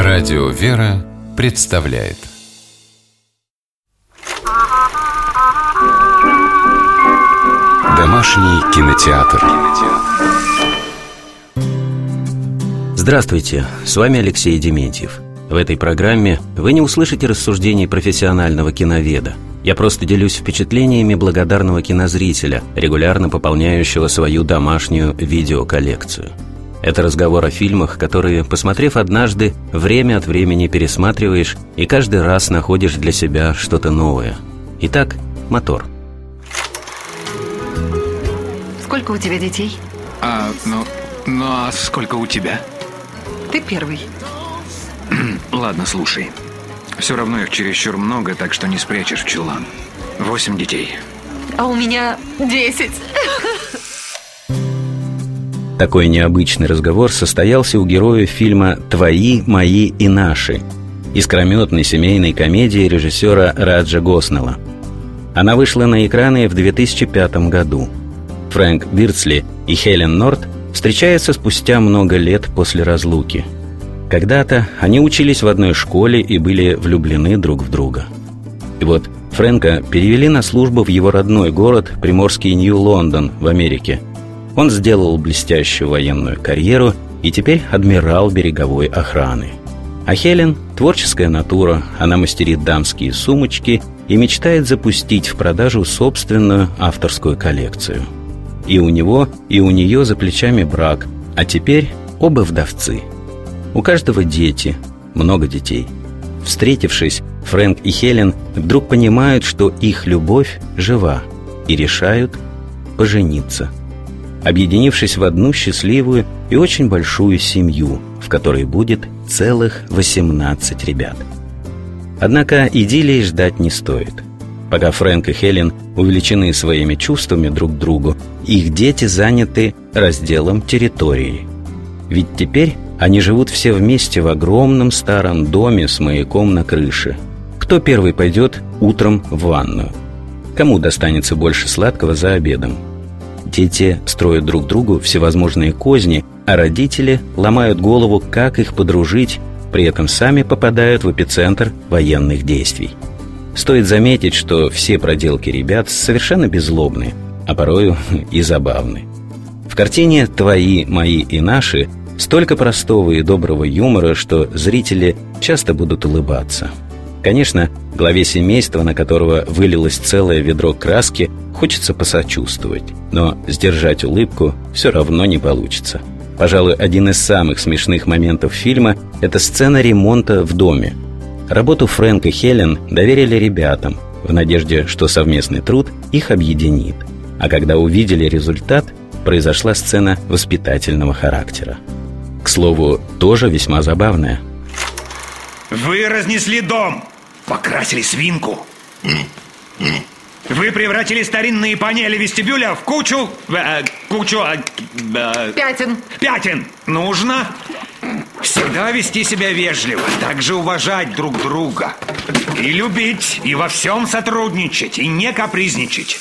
Радио «Вера» представляет Домашний кинотеатр. Здравствуйте, с вами Алексей Дементьев. В этой программе вы не услышите рассуждений профессионального киноведа. Я просто делюсь впечатлениями благодарного кинозрителя, регулярно пополняющего свою домашнюю видеоколлекцию. Это разговор о фильмах, которые, посмотрев однажды, время от времени пересматриваешь и каждый раз находишь для себя что-то новое. Итак, мотор. Сколько у тебя детей? А сколько у тебя? Ты первый. Ладно, слушай. Все равно их чересчур много, так что не спрячешь в чулан. 8 детей. А у меня 10. Такой необычный разговор состоялся у героя фильма «Твои, мои и наши», искрометной семейной комедии режиссера Раджа Госнелла. Она вышла на экраны в 2005 году. Фрэнк Бирдсли и Хелен Норт встречаются спустя много лет после разлуки. Когда-то они учились в одной школе и были влюблены друг в друга. И вот Фрэнка перевели на службу в его родной город, приморский Нью-Лондон в Америке. Он сделал блестящую военную карьеру и теперь адмирал береговой охраны. А Хелен – творческая натура, она мастерит дамские сумочки и мечтает запустить в продажу собственную авторскую коллекцию. И у него, и у нее за плечами брак, а теперь оба вдовцы. У каждого дети, много детей. Встретившись, Фрэнк и Хелен вдруг понимают, что их любовь жива, и решают пожениться, объединившись в одну счастливую и очень большую семью, в которой будет целых 18 ребят. Однако идиллии ждать не стоит. Пока Фрэнк и Хелен увлечены своими чувствами друг к другу, их дети заняты разделом территории. Ведь теперь они живут все вместе в огромном старом доме с маяком на крыше. Кто первый пойдет утром в ванную? Кому достанется больше сладкого за обедом? Дети строят друг другу всевозможные козни, а родители ломают голову, как их подружить, при этом сами попадают в эпицентр военных действий. Стоит заметить, что все проделки ребят совершенно беззлобны, а порою и забавны. В картине «Твои, мои и наши» столько простого и доброго юмора, что зрители часто будут улыбаться. Конечно, главе семейства, на которого вылилось целое ведро краски, хочется посочувствовать, но сдержать улыбку все равно не получится. Пожалуй, один из самых смешных моментов фильма – это сцена ремонта в доме. Работу Фрэнк и Хелен доверили ребятам, в надежде, что совместный труд их объединит. А когда увидели результат, произошла сцена воспитательного характера. К слову, тоже весьма забавная. Вы разнесли дом, покрасили свинку. Вы превратили старинные панели вестибюля в кучу пятен. Нужно всегда вести себя вежливо, также уважать друг друга. И любить, и во всем сотрудничать, и не капризничать.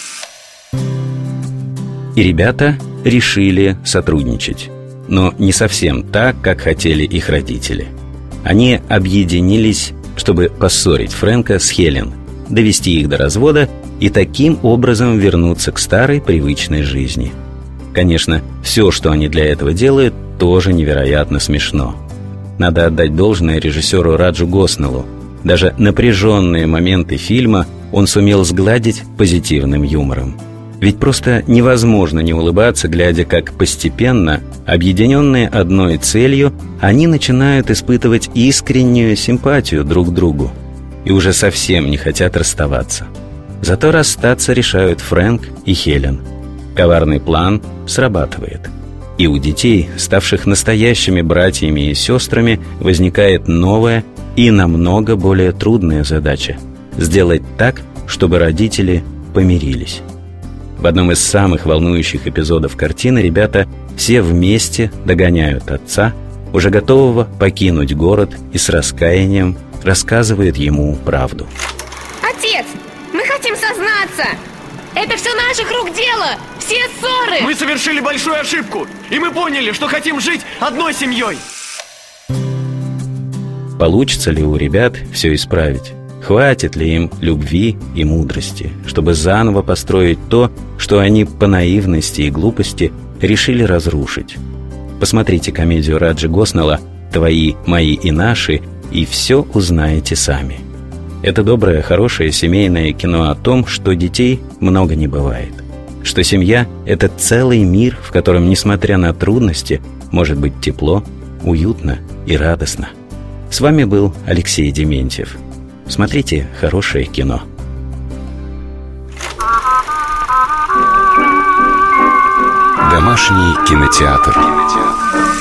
И ребята решили сотрудничать. Но не совсем так, как хотели их родители. Они объединились, чтобы поссорить Фрэнка с Хелен, довести их до развода и таким образом вернуться к старой привычной жизни. Конечно, все, что они для этого делают, тоже невероятно смешно. Надо отдать должное режиссеру Раджу Госнеллу. Даже напряженные моменты фильма он сумел сгладить позитивным юмором. Ведь просто невозможно не улыбаться, глядя, как постепенно, объединенные одной целью, они начинают испытывать искреннюю симпатию друг к другу и уже совсем не хотят расставаться. Зато расстаться решают Фрэнк и Хелен. Коварный план срабатывает. И у детей, ставших настоящими братьями и сестрами, возникает новая и намного более трудная задача – сделать так, чтобы родители помирились. В одном из самых волнующих эпизодов картины ребята все вместе догоняют отца, уже готового покинуть город, и с раскаянием рассказывают ему правду. Отец, мы хотим сознаться! Это все наших рук дело! Все ссоры! Мы совершили большую ошибку, и мы поняли, что хотим жить одной семьей. Получится ли у ребят все исправить? Хватит ли им любви и мудрости, чтобы заново построить то, что они по наивности и глупости решили разрушить? Посмотрите комедию Раджи Госнелла «Твои, мои и наши» и все узнаете сами. Это доброе, хорошее семейное кино о том, что детей много не бывает. Что семья – это целый мир, в котором, несмотря на трудности, может быть тепло, уютно и радостно. С вами был Алексей Дементьев. Смотрите хорошее кино. Домашний кинотеатр.